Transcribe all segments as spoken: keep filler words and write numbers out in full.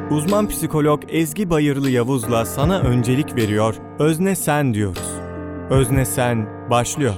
Uzman psikolog Ezgi Bayırlı Yavuz'la sana öncelik veriyor. Özne Sen diyoruz. Özne Sen başlıyor.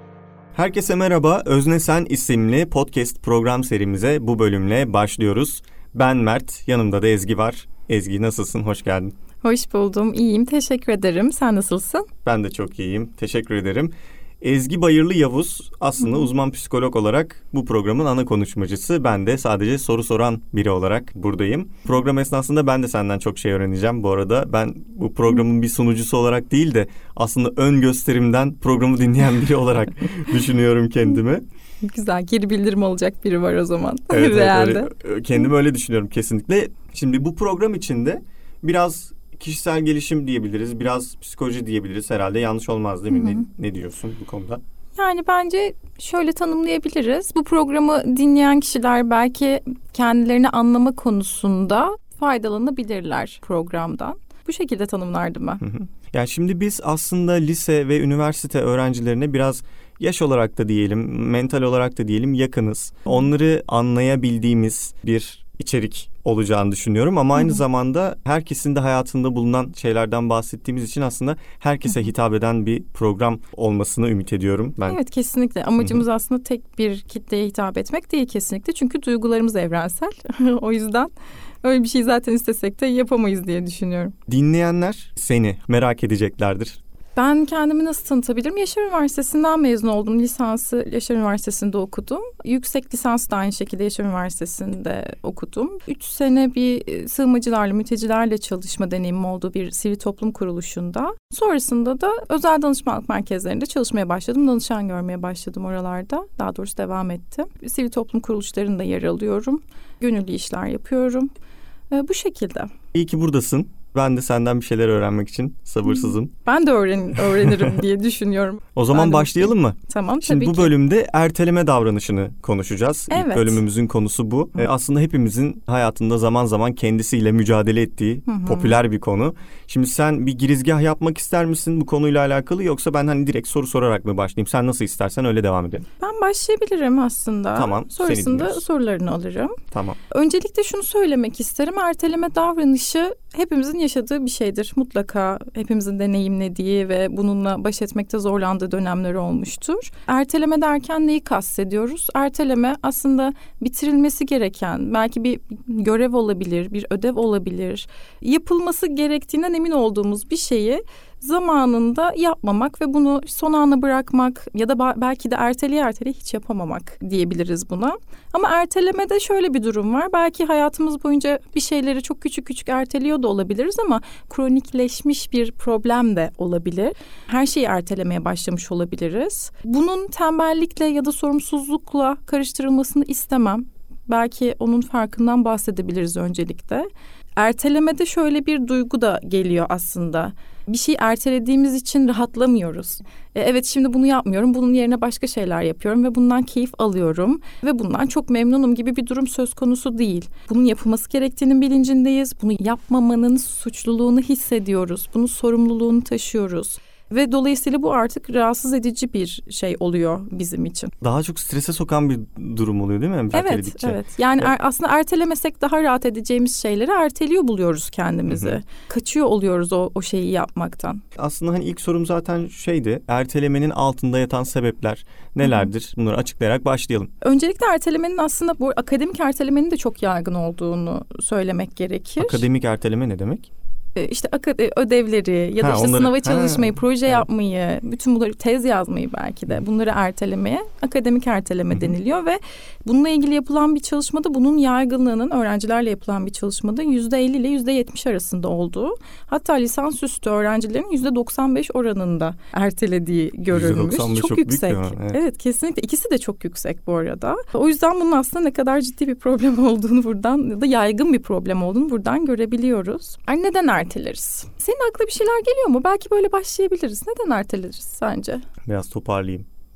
Herkese merhaba. Özne Sen isimli podcast program serimize bu bölümle başlıyoruz. Ben Mert, yanımda da Ezgi var. Ezgi nasılsın? Hoş geldin. Hoş buldum. İyiyim. Teşekkür ederim. Sen nasılsın? Ben de çok iyiyim. Teşekkür ederim. Ezgi Bayırlı Yavuz aslında Hı-hı. uzman psikolog olarak bu programın ana konuşmacısı. Ben de sadece soru soran biri olarak buradayım. Program esnasında ben de senden çok şey öğreneceğim. Bu arada ben bu programın bir sunucusu olarak değil de aslında ön gösterimden programı dinleyen biri olarak düşünüyorum kendimi. Güzel, geri bildirim olacak biri var o zaman. Evet, evet öyle, kendimi öyle düşünüyorum kesinlikle. Şimdi bu program içinde biraz kişisel gelişim diyebiliriz, biraz psikoloji diyebiliriz herhalde. Yanlış olmaz değil mi? Ne, ne diyorsun bu konuda? Yani bence şöyle tanımlayabiliriz. Bu programı dinleyen kişiler belki kendilerini anlama konusunda faydalanabilirler programdan. Bu şekilde tanımlardım ben. Hı hı. Yani şimdi biz aslında lise ve üniversite öğrencilerine biraz yaş olarak da diyelim, mental olarak da diyelim yakınız. Onları anlayabildiğimiz bir içerik olacağını düşünüyorum ama aynı Hı-hı. zamanda herkesin de hayatında bulunan şeylerden bahsettiğimiz için aslında herkese Hı-hı. hitap eden bir program olmasını ümit ediyorum ben. Evet, kesinlikle. Amacımız Hı-hı. aslında tek bir kitleye hitap etmek değil kesinlikle. Çünkü duygularımız evrensel. O yüzden öyle bir şey zaten istesek de yapamayız diye düşünüyorum. Dinleyenler seni merak edeceklerdir. Ben kendimi nasıl tanıtabilirim? Yaşar Üniversitesi'nden mezun oldum. Lisansı Yaşar Üniversitesi'nde okudum. Yüksek lisans da aynı şekilde Yaşar Üniversitesi'nde okudum. Üç sene bir sığınmacılarla, mültecilerle çalışma deneyimim oldu bir sivil toplum kuruluşunda. Sonrasında da özel danışmanlık merkezlerinde çalışmaya başladım. Danışan görmeye başladım oralarda. Daha doğrusu devam ettim. Sivil toplum kuruluşlarında yer alıyorum. Gönüllü işler yapıyorum. Bu şekilde. İyi ki buradasın. Ben de senden bir şeyler öğrenmek için sabırsızım. Ben de öğren- öğrenirim diye düşünüyorum. O zaman başlayalım mı? Tamam, Şimdi tabii bu ki. bölümde erteleme davranışını konuşacağız. Evet. İlk bölümümüzün konusu bu. Ee, aslında hepimizin hayatında zaman zaman kendisiyle mücadele ettiği Hı-hı. popüler bir konu. Şimdi sen bir girizgah yapmak ister misin bu konuyla alakalı, yoksa ben hani direkt soru sorarak mı başlayayım? Sen nasıl istersen öyle devam edelim. Ben başlayabilirim aslında. Tamam. Sonrasında sorularını alırım. Tamam. Öncelikle şunu söylemek isterim. Erteleme davranışı hepimizin yaşadığı bir şeydir. Mutlaka hepimizin deneyimlediği ve bununla baş etmekte zorlandığı dönemleri olmuştur. Erteleme derken neyi kastediyoruz? Erteleme aslında bitirilmesi gereken, belki bir görev olabilir, bir ödev olabilir. Yapılması gerektiğinden emin olduğumuz bir şeyi zamanında yapmamak ve bunu son ana bırakmak ya da belki de erteleye erteleye hiç yapamamak diyebiliriz buna. Ama ertelemede şöyle bir durum var. Belki hayatımız boyunca bir şeyleri çok küçük küçük erteliyor da olabiliriz ama kronikleşmiş bir problem de olabilir. Her şeyi ertelemeye başlamış olabiliriz. Bunun tembellikle ya da sorumsuzlukla karıştırılmasını istemem. Belki onun farkından bahsedebiliriz öncelikle. Ertelemede şöyle bir duygu da geliyor aslında. Bir şey ertelediğimiz için rahatlamıyoruz. E, evet şimdi bunu yapmıyorum, bunun yerine başka şeyler yapıyorum ve bundan keyif alıyorum ve bundan çok memnunum gibi bir durum söz konusu değil. Bunun yapılması gerektiğinin bilincindeyiz. Bunu yapmamanın suçluluğunu hissediyoruz. Bunun sorumluluğunu taşıyoruz. Ve dolayısıyla bu artık rahatsız edici bir şey oluyor bizim için. Daha çok strese sokan bir durum oluyor değil mi? Evet, evet. Yani er, aslında ertelemesek daha rahat edeceğimiz şeyleri erteliyor buluyoruz kendimizi. Hı hı. Kaçıyor oluyoruz o, o şeyi yapmaktan. Aslında hani ilk sorum zaten şeydi. Ertelemenin altında yatan sebepler nelerdir? Hı hı. Bunları açıklayarak başlayalım. Öncelikle ertelemenin aslında bu akademik ertelemenin de çok yaygın olduğunu söylemek gerekir. Akademik erteleme ne demek? İşte ödevleri ya da ha, işte onları, sınava çalışmayı, ha, proje evet. yapmayı, bütün bunları tez yazmayı belki de bunları ertelemeye akademik erteleme Hı-hı. deniliyor ve bununla ilgili yapılan bir çalışmada bunun yaygınlığının öğrencilerle yapılan bir çalışmada yüzde elli ile yüzde yetmiş arasında olduğu, hatta lisansüstü öğrencilerin yüzde doksan beş oranında ertelediği görülmüş. Çok, çok yüksek. Evet. evet kesinlikle ikisi de çok yüksek bu arada. O yüzden bunun aslında ne kadar ciddi bir problem olduğunu buradan ya da yaygın bir problem olduğunu buradan görebiliyoruz. Yani neden erteleriz? Senin aklına bir şeyler geliyor mu? Belki böyle başlayabiliriz. Neden erteleriz sence? Biraz toparlayayım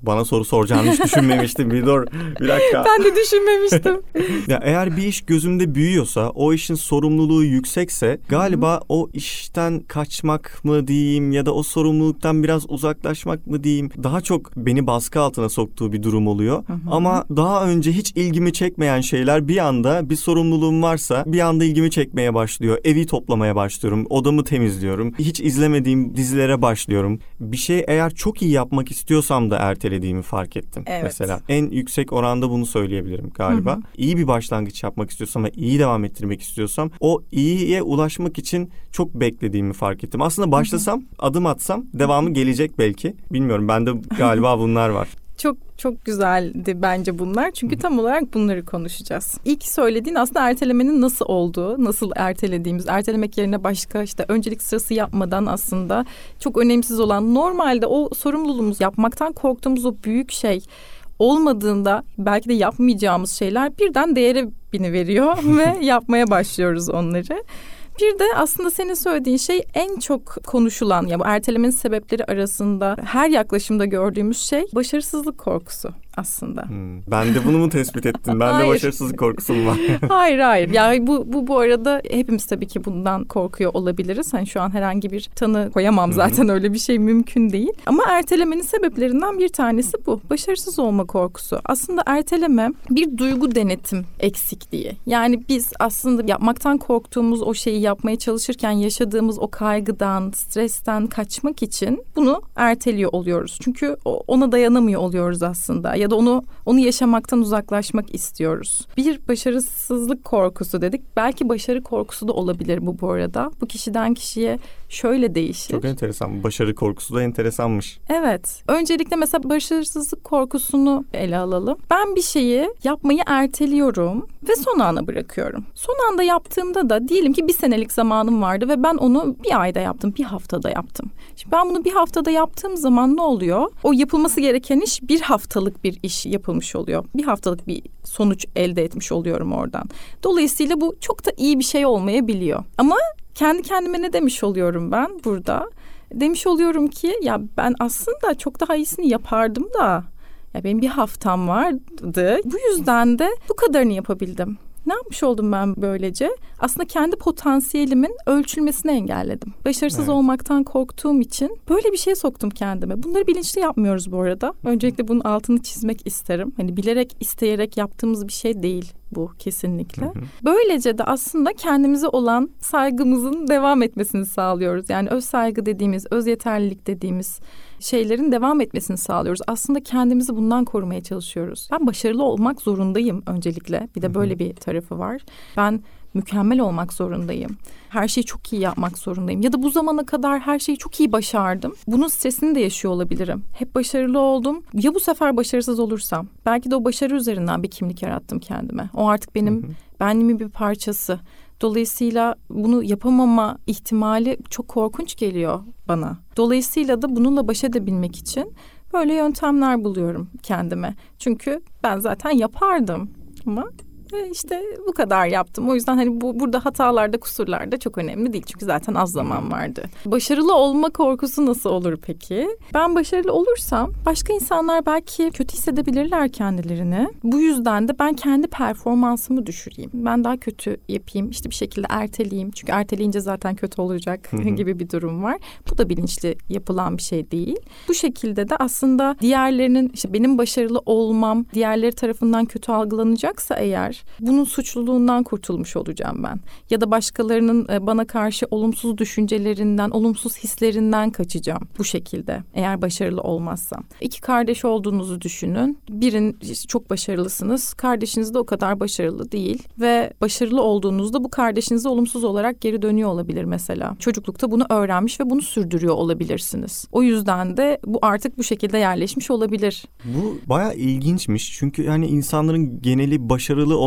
Bana soru soracağını hiç düşünmemiştim. Bir dur, bir dakika. Ben de düşünmemiştim. Ya eğer bir iş gözümde büyüyorsa, o işin sorumluluğu yüksekse galiba Hı-hı. o işten kaçmak mı diyeyim ya da o sorumluluktan biraz uzaklaşmak mı diyeyim, daha çok beni baskı altına soktuğu bir durum oluyor. Hı-hı. Ama daha önce hiç ilgimi çekmeyen şeyler bir anda, bir sorumluluğum varsa bir anda ilgimi çekmeye başlıyor. Evi toplamaya başlıyorum, odamı temizliyorum, hiç izlemediğim dizilere başlıyorum. Bir şey eğer çok iyi yapmak istiyorsam da ertelediğimi fark ettim. Evet. Mesela en yüksek oranda bunu söyleyebilirim galiba. Hı hı. İyi bir başlangıç yapmak istiyorsam ve iyi devam ettirmek istiyorsam o iyiye ulaşmak için çok beklediğimi fark ettim. Aslında başlasam, hı hı. adım atsam devamı gelecek belki. Bilmiyorum, bende galiba bunlar var. Çok çok güzeldi bence bunlar. Çünkü tam olarak bunları konuşacağız. İlk söylediğin aslında ertelemenin nasıl olduğu, nasıl ertelediğimiz, ertelemek yerine başka işte öncelik sırası yapmadan aslında çok önemsiz olan, normalde o sorumluluğumuz, yapmaktan korktuğumuz o büyük şey olmadığında belki de yapmayacağımız şeyler birden değere biniveriyor ve yapmaya başlıyoruz onları. Bir de aslında senin söylediğin şey en çok konuşulan, ya bu ertelemenin sebepleri arasında her yaklaşımda gördüğümüz şey başarısızlık korkusu aslında. Hmm, ben de bunu mu tespit ettim? Ben de başarısızlık korkusum var. Hayır hayır. Yani bu, bu bu arada hepimiz tabii ki bundan korkuyor olabiliriz. Hani şu an herhangi bir tanı koyamam zaten, öyle bir şey mümkün değil. Ama ertelemenin sebeplerinden bir tanesi bu. Başarısız olma korkusu. Aslında erteleme bir duygu denetim eksikliği. Yani biz aslında yapmaktan korktuğumuz o şeyi yapmaya çalışırken yaşadığımız o kaygıdan, stresten kaçmak için bunu erteliyor oluyoruz. Çünkü ona dayanamıyor oluyoruz aslında. Ya da onu onu yaşamaktan uzaklaşmak istiyoruz. Bir başarısızlık korkusu dedik. Belki başarı korkusu da olabilir bu bu arada. Bu kişiden kişiye şöyle değişir. Çok enteresan. Başarı korkusu da enteresanmış. Evet. Öncelikle mesela başarısızlık korkusunu ele alalım. Ben bir şeyi yapmayı erteliyorum ve son ana bırakıyorum. Son anda yaptığımda da diyelim ki bir senelik zamanım vardı ve ben onu bir ayda yaptım, bir haftada yaptım. Şimdi ben bunu bir haftada yaptığım zaman ne oluyor? O yapılması gereken iş bir haftalık bir iş yapılmış oluyor. Bir haftalık bir sonuç elde etmiş oluyorum oradan. Dolayısıyla bu çok da iyi bir şey olmayabiliyor. Ama kendi kendime ne demiş oluyorum ben burada? Demiş oluyorum ki ya ben aslında çok daha iyisini yapardım da ya benim bir haftam vardı. Bu yüzden de bu kadarını yapabildim. Ne yapmış oldum ben böylece? Aslında kendi potansiyelimin ölçülmesini engelledim. Başarısız evet. olmaktan korktuğum için böyle bir şeye soktum kendime. Bunları bilinçli yapmıyoruz bu arada. Öncelikle bunun altını çizmek isterim. Hani bilerek, isteyerek yaptığımız bir şey değil bu kesinlikle. Hı hı. Böylece de aslında kendimize olan saygımızın devam etmesini sağlıyoruz. Yani öz saygı dediğimiz, öz yeterlilik dediğimiz şeylerin devam etmesini sağlıyoruz. Aslında kendimizi bundan korumaya çalışıyoruz. Ben başarılı olmak zorundayım öncelikle. Bir de böyle bir tarafı var. Ben mükemmel olmak zorundayım. Her şeyi çok iyi yapmak zorundayım. Ya da bu zamana kadar her şeyi çok iyi başardım. Bunun stresini de yaşıyor olabilirim. Hep başarılı oldum. Ya bu sefer başarısız olursam? Belki de o başarı üzerinden bir kimlik yarattım kendime. O artık benim hı hı. benliğimin bir parçası. Dolayısıyla bunu yapamama ihtimali çok korkunç geliyor bana. Dolayısıyla da bununla baş edebilmek için böyle yöntemler buluyorum kendime. Çünkü ben zaten yapardım ama işte bu kadar yaptım. O yüzden hani bu burada hatalarda, kusurlarda çok önemli değil. Çünkü zaten az zaman vardı. Başarılı olma korkusu nasıl olur peki? Ben başarılı olursam başka insanlar belki kötü hissedebilirler kendilerini. Bu yüzden de ben kendi performansımı düşüreyim. Ben daha kötü yapayım. İşte bir şekilde erteleyeyim. Çünkü erteleyince zaten kötü olacak gibi bir durum var. Bu da bilinçli yapılan bir şey değil. Bu şekilde de aslında diğerlerinin, işte benim başarılı olmam diğerleri tarafından kötü algılanacaksa eğer, bunun suçluluğundan kurtulmuş olacağım ben. Ya da başkalarının bana karşı olumsuz düşüncelerinden, olumsuz hislerinden kaçacağım bu şekilde. Eğer başarılı olmazsam. İki kardeş olduğunuzu düşünün. Birin çok başarılısınız. Kardeşiniz de o kadar başarılı değil. Ve başarılı olduğunuzda bu kardeşinize olumsuz olarak geri dönüyor olabilir mesela. Çocuklukta bunu öğrenmiş ve bunu sürdürüyor olabilirsiniz. O yüzden de bu artık bu şekilde yerleşmiş olabilir. Bu bayağı ilginçmiş. Çünkü yani insanların geneli başarılı olmak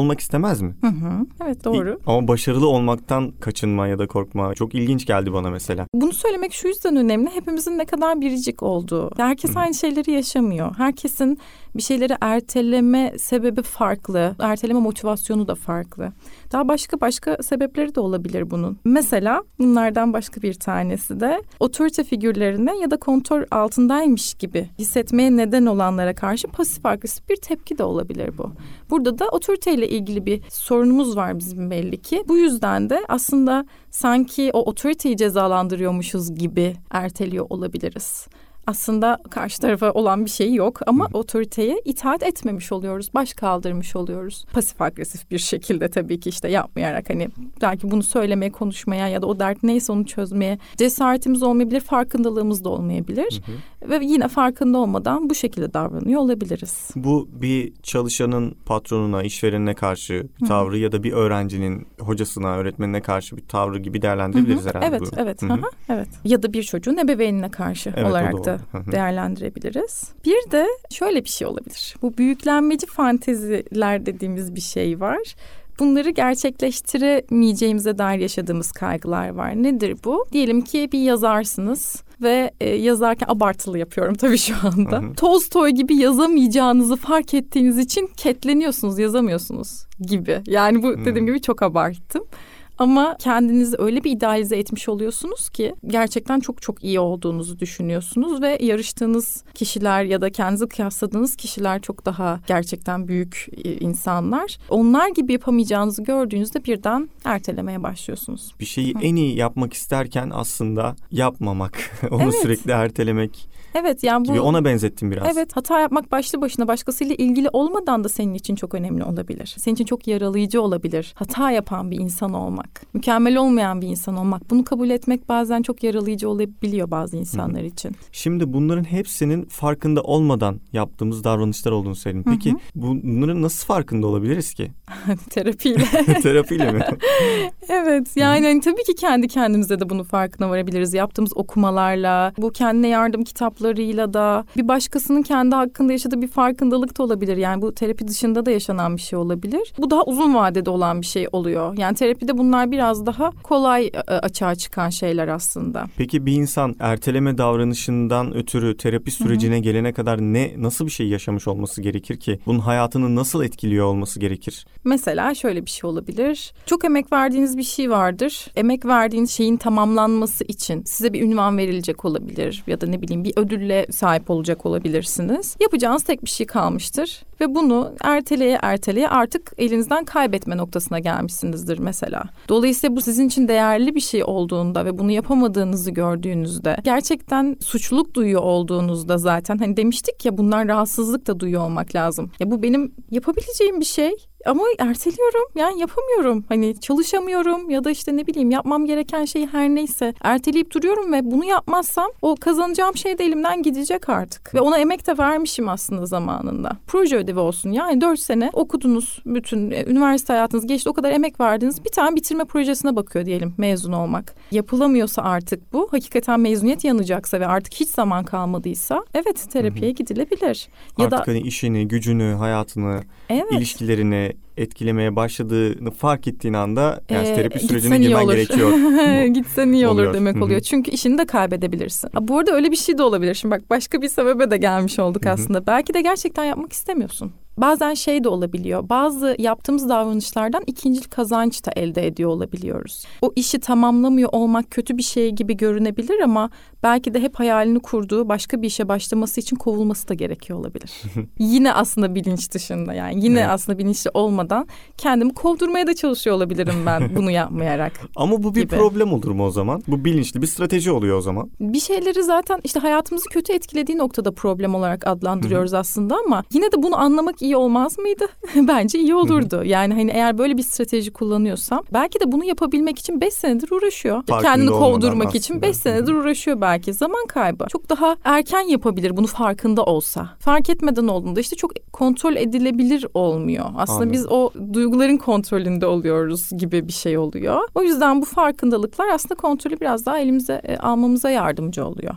olmak istemez mi? Hı hı. Evet, doğru. Ama başarılı olmaktan kaçınma ya da korkma çok ilginç geldi bana mesela. Bunu söylemek şu yüzden önemli. Hepimizin ne kadar biricik olduğu. Herkes Hı-hı. aynı şeyleri yaşamıyor. Herkesin bir şeyleri erteleme sebebi farklı. Erteleme motivasyonu da farklı. Daha başka başka sebepleri de olabilir bunun. Mesela bunlardan başka bir tanesi de otorite figürlerine ya da kontrol altındaymış gibi hissetmeye neden olanlara karşı pasif agresif bir tepki de olabilir bu. Burada da otoriteyle ilgili bir sorunumuz var bizim belli ki. Bu yüzden de aslında sanki o otoriteyi cezalandırıyormuşuz gibi erteliyor olabiliriz. Aslında karşı tarafa olan bir şey yok ama Hı. otoriteye itaat etmemiş oluyoruz, baş kaldırmış oluyoruz. Pasif agresif bir şekilde tabii ki işte yapmayarak hani belki bunu söylemeye, konuşmaya ya da o dert neyse onu çözmeye cesaretimiz olmayabilir, farkındalığımız da olmayabilir. Hı hı. Ve yine farkında olmadan bu şekilde davranıyor olabiliriz. Bu bir çalışanın patronuna, işverenine karşı bir tavrı Hı. ya da bir öğrencinin hocasına, öğretmenine karşı bir tavrı gibi değerlendirebiliriz Hı hı. herhalde. Evet, bu. evet. Hı hı. Evet. Ya da bir çocuğun ebeveynine karşı evet, olarak da değerlendirebiliriz. Bir de şöyle bir şey olabilir. Bu büyüklenmeci fanteziler dediğimiz bir şey var. Bunları gerçekleştiremeyeceğimize dair yaşadığımız kaygılar var. Nedir bu? Diyelim ki bir yazarsınız ve e, yazarken abartılı yapıyorum tabii şu anda. Hı hı. Tolstoy gibi yazamayacağınızı fark ettiğiniz için ketleniyorsunuz, yazamıyorsunuz gibi. Yani bu dediğim gibi çok abarttım. Ama kendinizi öyle bir idealize etmiş oluyorsunuz ki gerçekten çok çok iyi olduğunuzu düşünüyorsunuz ve yarıştığınız kişiler ya da kendinizi kıyasladığınız kişiler çok daha gerçekten büyük insanlar. Onlar gibi yapamayacağınızı gördüğünüzde birden ertelemeye başlıyorsunuz. Bir şeyi Hı. en iyi yapmak isterken aslında yapmamak, onu evet. sürekli ertelemek. Evet yani bu gibi ona benzettim biraz. Evet, hata yapmak başlı başına başkasıyla ilgili olmadan da senin için çok önemli olabilir. Senin için çok yaralayıcı olabilir. Hata yapan bir insan olmak, mükemmel olmayan bir insan olmak, bunu kabul etmek bazen çok yaralayıcı olabiliyor bazı insanlar Hı-hı. için. Şimdi bunların hepsinin farkında olmadan yaptığımız davranışlar olduğunu söyledin. Peki Hı-hı. bunların nasıl farkında olabiliriz ki? Terapiyle. Terapiyle mi? Evet yani hani tabii ki kendi kendimize de bunu farkına varabiliriz. Yaptığımız okumalarla, bu kendine yardım kitaplarıyla da bir başkasının kendi hakkında yaşadığı bir farkındalık da olabilir. Yani bu terapi dışında da yaşanan bir şey olabilir. Bu daha uzun vadede olan bir şey oluyor. Yani terapide bunlar biraz daha kolay açığa çıkan şeyler aslında. Peki bir insan erteleme davranışından ötürü terapi sürecine Hı-hı. gelene kadar ne nasıl bir şey yaşamış olması gerekir ki? Bunun hayatını nasıl etkiliyor olması gerekir? Mesela şöyle bir şey olabilir. Çok emek verdiğiniz bir şey vardır. Emek verdiğiniz şeyin tamamlanması için size bir ünvan verilecek olabilir ya da ne bileyim bir ödülle sahip olacak olabilirsiniz. Yapacağınız tek bir şey kalmıştır ve bunu erteleye erteleye artık elinizden kaybetme noktasına gelmişsinizdir mesela. Dolayısıyla bu sizin için değerli bir şey olduğunda ve bunu yapamadığınızı gördüğünüzde, gerçekten suçluluk duyuyor olduğunuzda zaten hani demiştik ya bunlar rahatsızlık da duyuyor olmak lazım. Ya bu benim yapabileceğim bir şey. Ama erteliyorum yani yapamıyorum hani çalışamıyorum ya da işte ne bileyim yapmam gereken şeyi her neyse erteleyip duruyorum ve bunu yapmazsam o kazanacağım şey de elimden gidecek artık. Ve ona emek de vermişim aslında zamanında. Proje ödevi olsun yani dört sene okudunuz bütün üniversite hayatınız geçti o kadar emek verdiniz bir tane bitirme projesine bakıyor diyelim mezun olmak. Yapılamıyorsa artık bu hakikaten mezuniyet yanacaksa ve artık hiç zaman kalmadıysa evet terapiye Hı-hı. gidilebilir. Ya artık da, hani işini, gücünü, hayatını, evet. ilişkilerini etkilemeye başladığını fark ettiğin anda yani ee, terapi sürecine girmen gerekiyor. Gitsen iyi olur demek oluyor. Çünkü işini de kaybedebilirsin. Ha, bu arada öyle bir şey de olabilir. Şimdi bak başka bir sebebe de gelmiş olduk aslında. Belki de gerçekten yapmak istemiyorsun. Bazen şey de olabiliyor. Bazı yaptığımız davranışlardan ikincil kazanç da elde ediyor olabiliyoruz. O işi tamamlamıyor olmak kötü bir şey gibi görünebilir ama belki de hep hayalini kurduğu başka bir işe başlaması için kovulması da gerekiyor olabilir. Yine aslında bilinç dışında yani yine evet. aslında bilinçli olmadan kendimi kovdurmaya da çalışıyor olabilirim ben bunu yapmayarak. Ama bu bir gibi. Problem olur mu o zaman? Bu bilinçli bir strateji oluyor o zaman. Bir şeyleri zaten işte hayatımızı kötü etkilediği noktada problem olarak adlandırıyoruz aslında ama yine de bunu anlamak iyi olmaz mıydı? Bence iyi olurdu. Yani hani eğer böyle bir strateji kullanıyorsam belki de bunu yapabilmek için beş senedir uğraşıyor. Farkında kendini kovdurmak için beş senedir uğraşıyor belki. Zaman kaybı. Çok daha erken yapabilir bunu farkında olsa. Fark etmeden olduğunda işte çok kontrol edilebilir olmuyor. Aslında Anladım. Biz o duyguların kontrolünde oluyoruz gibi bir şey oluyor. O yüzden bu farkındalıklar aslında kontrolü biraz daha elimize e, almamıza yardımcı oluyor.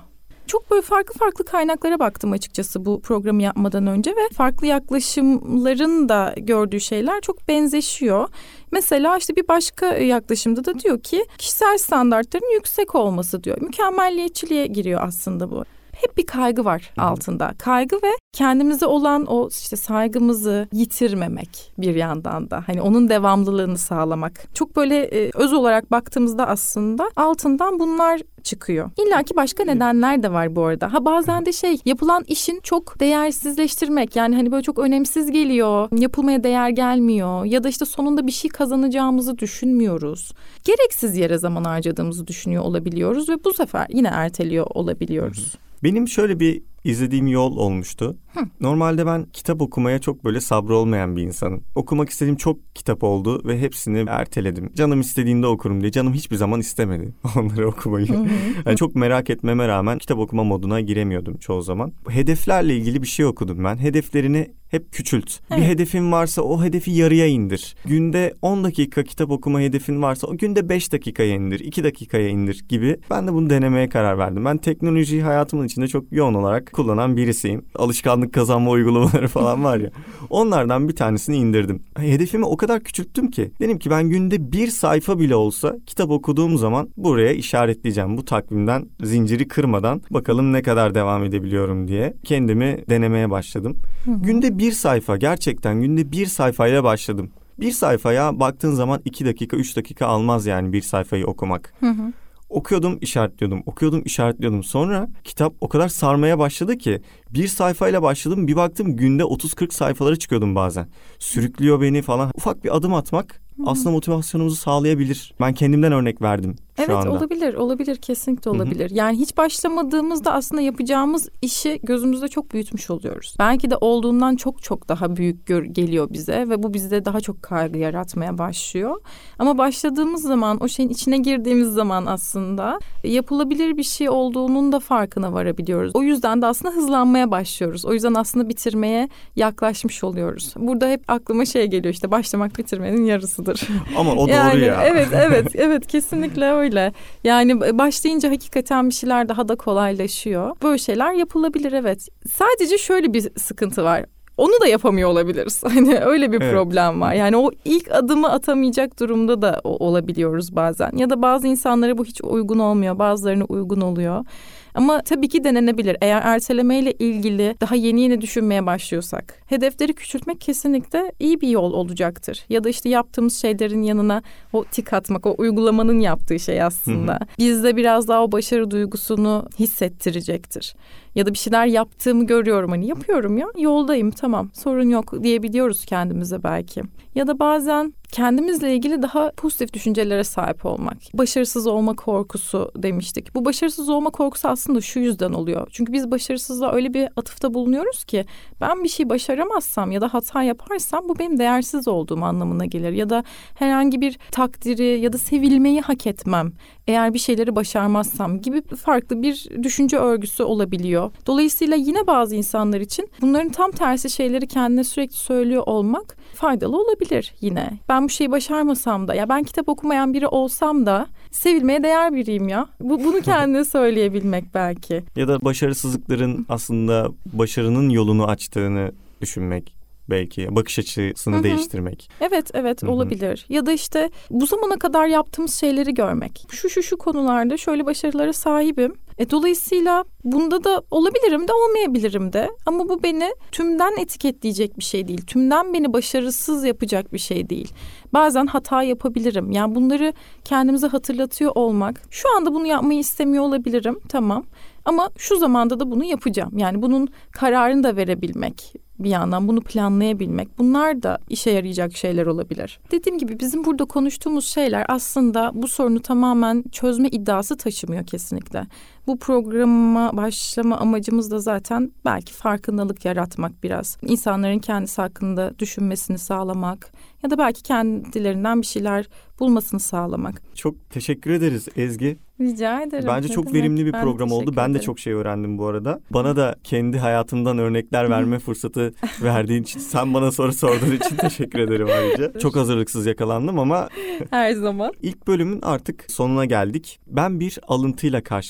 Çok böyle farklı farklı kaynaklara baktım açıkçası bu programı yapmadan önce ve farklı yaklaşımların da gördüğü şeyler çok benzeşiyor. Mesela işte bir başka yaklaşımda da diyor ki kişisel standartların yüksek olması diyor. Mükemmelliyetçiliğe giriyor aslında bu. Hep bir kaygı var altında. Kaygı ve kendimize olan o işte saygımızı yitirmemek bir yandan da. Hani onun devamlılığını sağlamak. Çok böyle e, öz olarak baktığımızda aslında altından bunlar çıkıyor. İlla ki başka nedenler de var bu arada. Ha bazen de şey yapılan işin çok değersizleştirmek. Yani hani böyle çok önemsiz geliyor. Yapılmaya değer gelmiyor. Ya da işte sonunda bir şey kazanacağımızı düşünmüyoruz. Gereksiz yere zaman harcadığımızı düşünüyor olabiliyoruz ve bu sefer yine erteliyor olabiliyoruz. Benim şöyle bir izlediğim yol olmuştu. Hı. Normalde ben kitap okumaya çok böyle sabrı olmayan bir insanım. Okumak istediğim çok kitap oldu ve hepsini erteledim. Canım istediğinde okurum diye. Canım hiçbir zaman istemedi onları okumayı. Yani çok merak etmeme rağmen kitap okuma moduna giremiyordum çoğu zaman. Hedeflerle ilgili bir şey okudum ben. Hedeflerini hep küçült. Evet. Bir hedefin varsa o hedefi yarıya indir. Günde on dakika kitap okuma hedefin varsa o günde beş dakikaya indir, iki dakikaya indir gibi. Ben de bunu denemeye karar verdim. Ben teknolojiyi hayatımın içinde çok yoğun olarak kullanan birisiyim. Alışkanlık kazanma uygulamaları falan var ya. Onlardan bir tanesini indirdim. Hedefimi o kadar küçülttüm ki. Dedim ki ben günde bir sayfa bile olsa kitap okuduğum zaman buraya işaretleyeceğim. Bu takvimden zinciri kırmadan bakalım ne kadar devam edebiliyorum diye kendimi denemeye başladım. Hı hı. Günde bir sayfa, gerçekten günde bir sayfayla başladım. Bir sayfaya baktığın zaman iki dakika, üç dakika almaz yani bir sayfayı okumak. Hı hı. Okuyordum, işaretliyordum. Okuyordum, işaretliyordum. Sonra kitap o kadar sarmaya başladı ki bir sayfayla başladım. Bir baktım günde otuz kırk sayfalara çıkıyordum bazen. Sürüklüyor beni falan. Ufak bir adım atmak aslında motivasyonumuzu sağlayabilir. Ben kendimden örnek verdim şu evet, anda. Evet olabilir, olabilir. Kesinlikle olabilir. Hı hı. Yani hiç başlamadığımızda aslında yapacağımız işi gözümüzde çok büyütmüş oluyoruz. Belki de olduğundan çok çok daha büyük gör- geliyor bize ve bu bizde daha çok kaygı yaratmaya başlıyor. Ama başladığımız zaman, o şeyin içine girdiğimiz zaman aslında yapılabilir bir şey olduğunun da farkına varabiliyoruz. O yüzden de aslında hızlanmaya başlıyoruz. O yüzden aslında bitirmeye yaklaşmış oluyoruz. Burada hep aklıma şey geliyor, işte başlamak bitirmenin yarısıdır. Ama o yani, doğru ya. Evet, evet, evet kesinlikle öyle. Yani başlayınca hakikaten bir şeyler daha da kolaylaşıyor. Böyle şeyler yapılabilir, evet. Sadece şöyle bir sıkıntı var. Onu da yapamıyor olabiliriz. Hani öyle bir evet. problem var. Yani o ilk adımı atamayacak durumda da olabiliyoruz bazen. Ya da bazı insanlara bu hiç uygun olmuyor. Bazılarına uygun oluyor. Ama tabii ki denenebilir. Eğer ertelemeyle ilgili daha yeni yeni düşünmeye başlıyorsak. Hedefleri küçültmek kesinlikle iyi bir yol olacaktır. Ya da işte yaptığımız şeylerin yanına o tik atmak, o uygulamanın yaptığı şey aslında. Hı hı. Bizde biraz daha o başarı duygusunu hissettirecektir. Ya da bir şeyler yaptığımı görüyorum, hani yapıyorum ya, yoldayım, tamam, sorun yok diyebiliyoruz kendimize belki. Ya da bazen kendimizle ilgili daha pozitif düşüncelere sahip olmak. Başarısız olma korkusu demiştik. Bu başarısız olma korkusu aslında şu yüzden oluyor. Çünkü biz başarısızlığa öyle bir atıfta bulunuyoruz ki ben bir şey başaramazsam ya da hata yaparsam bu benim değersiz olduğum anlamına gelir. Ya da herhangi bir takdiri ya da sevilmeyi hak etmem eğer bir şeyleri başarmazsam gibi farklı bir düşünce örgüsü olabiliyor. Dolayısıyla yine bazı insanlar için bunların tam tersi şeyleri kendine sürekli söylüyor olmak faydalı olabilir yine. Ben bu şeyi başarmasam da, ya ben kitap okumayan biri olsam da sevilmeye değer biriyim ya. Bu, bunu kendine söyleyebilmek belki. Ya da başarısızlıkların aslında başarının yolunu açtığını düşünmek. Belki bakış açısını Hı-hı. değiştirmek. Evet, evet Hı-hı. olabilir. Ya da işte bu zamana kadar yaptığımız şeyleri görmek. Şu şu şu konularda şöyle başarılara sahibim. E, dolayısıyla bunda da olabilirim de olmayabilirim de. Ama bu beni tümden etiketleyecek bir şey değil. Tümden beni başarısız yapacak bir şey değil. Bazen hata yapabilirim. Yani bunları kendimize hatırlatıyor olmak. Şu anda bunu yapmayı istemiyor olabilirim. Tamam. Ama şu zamanda da bunu yapacağım. Yani bunun kararını da verebilmek. Bir yandan bunu planlayabilmek, bunlar da işe yarayacak şeyler olabilir. Dediğim gibi bizim burada konuştuğumuz şeyler aslında bu sorunu tamamen çözme iddiası taşımıyor kesinlikle. Bu programa başlama amacımız da zaten belki farkındalık yaratmak biraz. İnsanların kendisi hakkında düşünmesini sağlamak ya da belki kendilerinden bir şeyler bulmasını sağlamak. Çok teşekkür ederiz Ezgi. Rica ederim. Bence ne çok demek? verimli bir ben program oldu. Ben de çok şey öğrendim bu arada. Bana da kendi hayatımdan örnekler verme fırsatı verdiğin için, sen bana soru sorduğun için teşekkür ederim ayrıca. Çok hazırlıksız yakalandım ama her zaman. İlk bölümün artık sonuna geldik. Ben bir alıntıyla karşılaştım.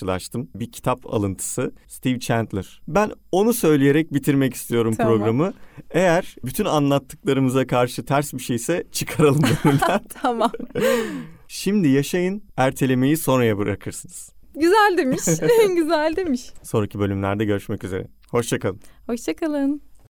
bir kitap alıntısı. Steve Chandler. Ben onu söyleyerek bitirmek istiyorum tamam. programı. Eğer bütün anlattıklarımıza karşı ters bir şeyse çıkaralım bölümden. Tamam. Şimdi yaşayın, ertelemeyi sonraya bırakırsınız. Güzel demiş. Güzel demiş. Sonraki bölümlerde görüşmek üzere. Hoşça kalın. Hoşça kalın.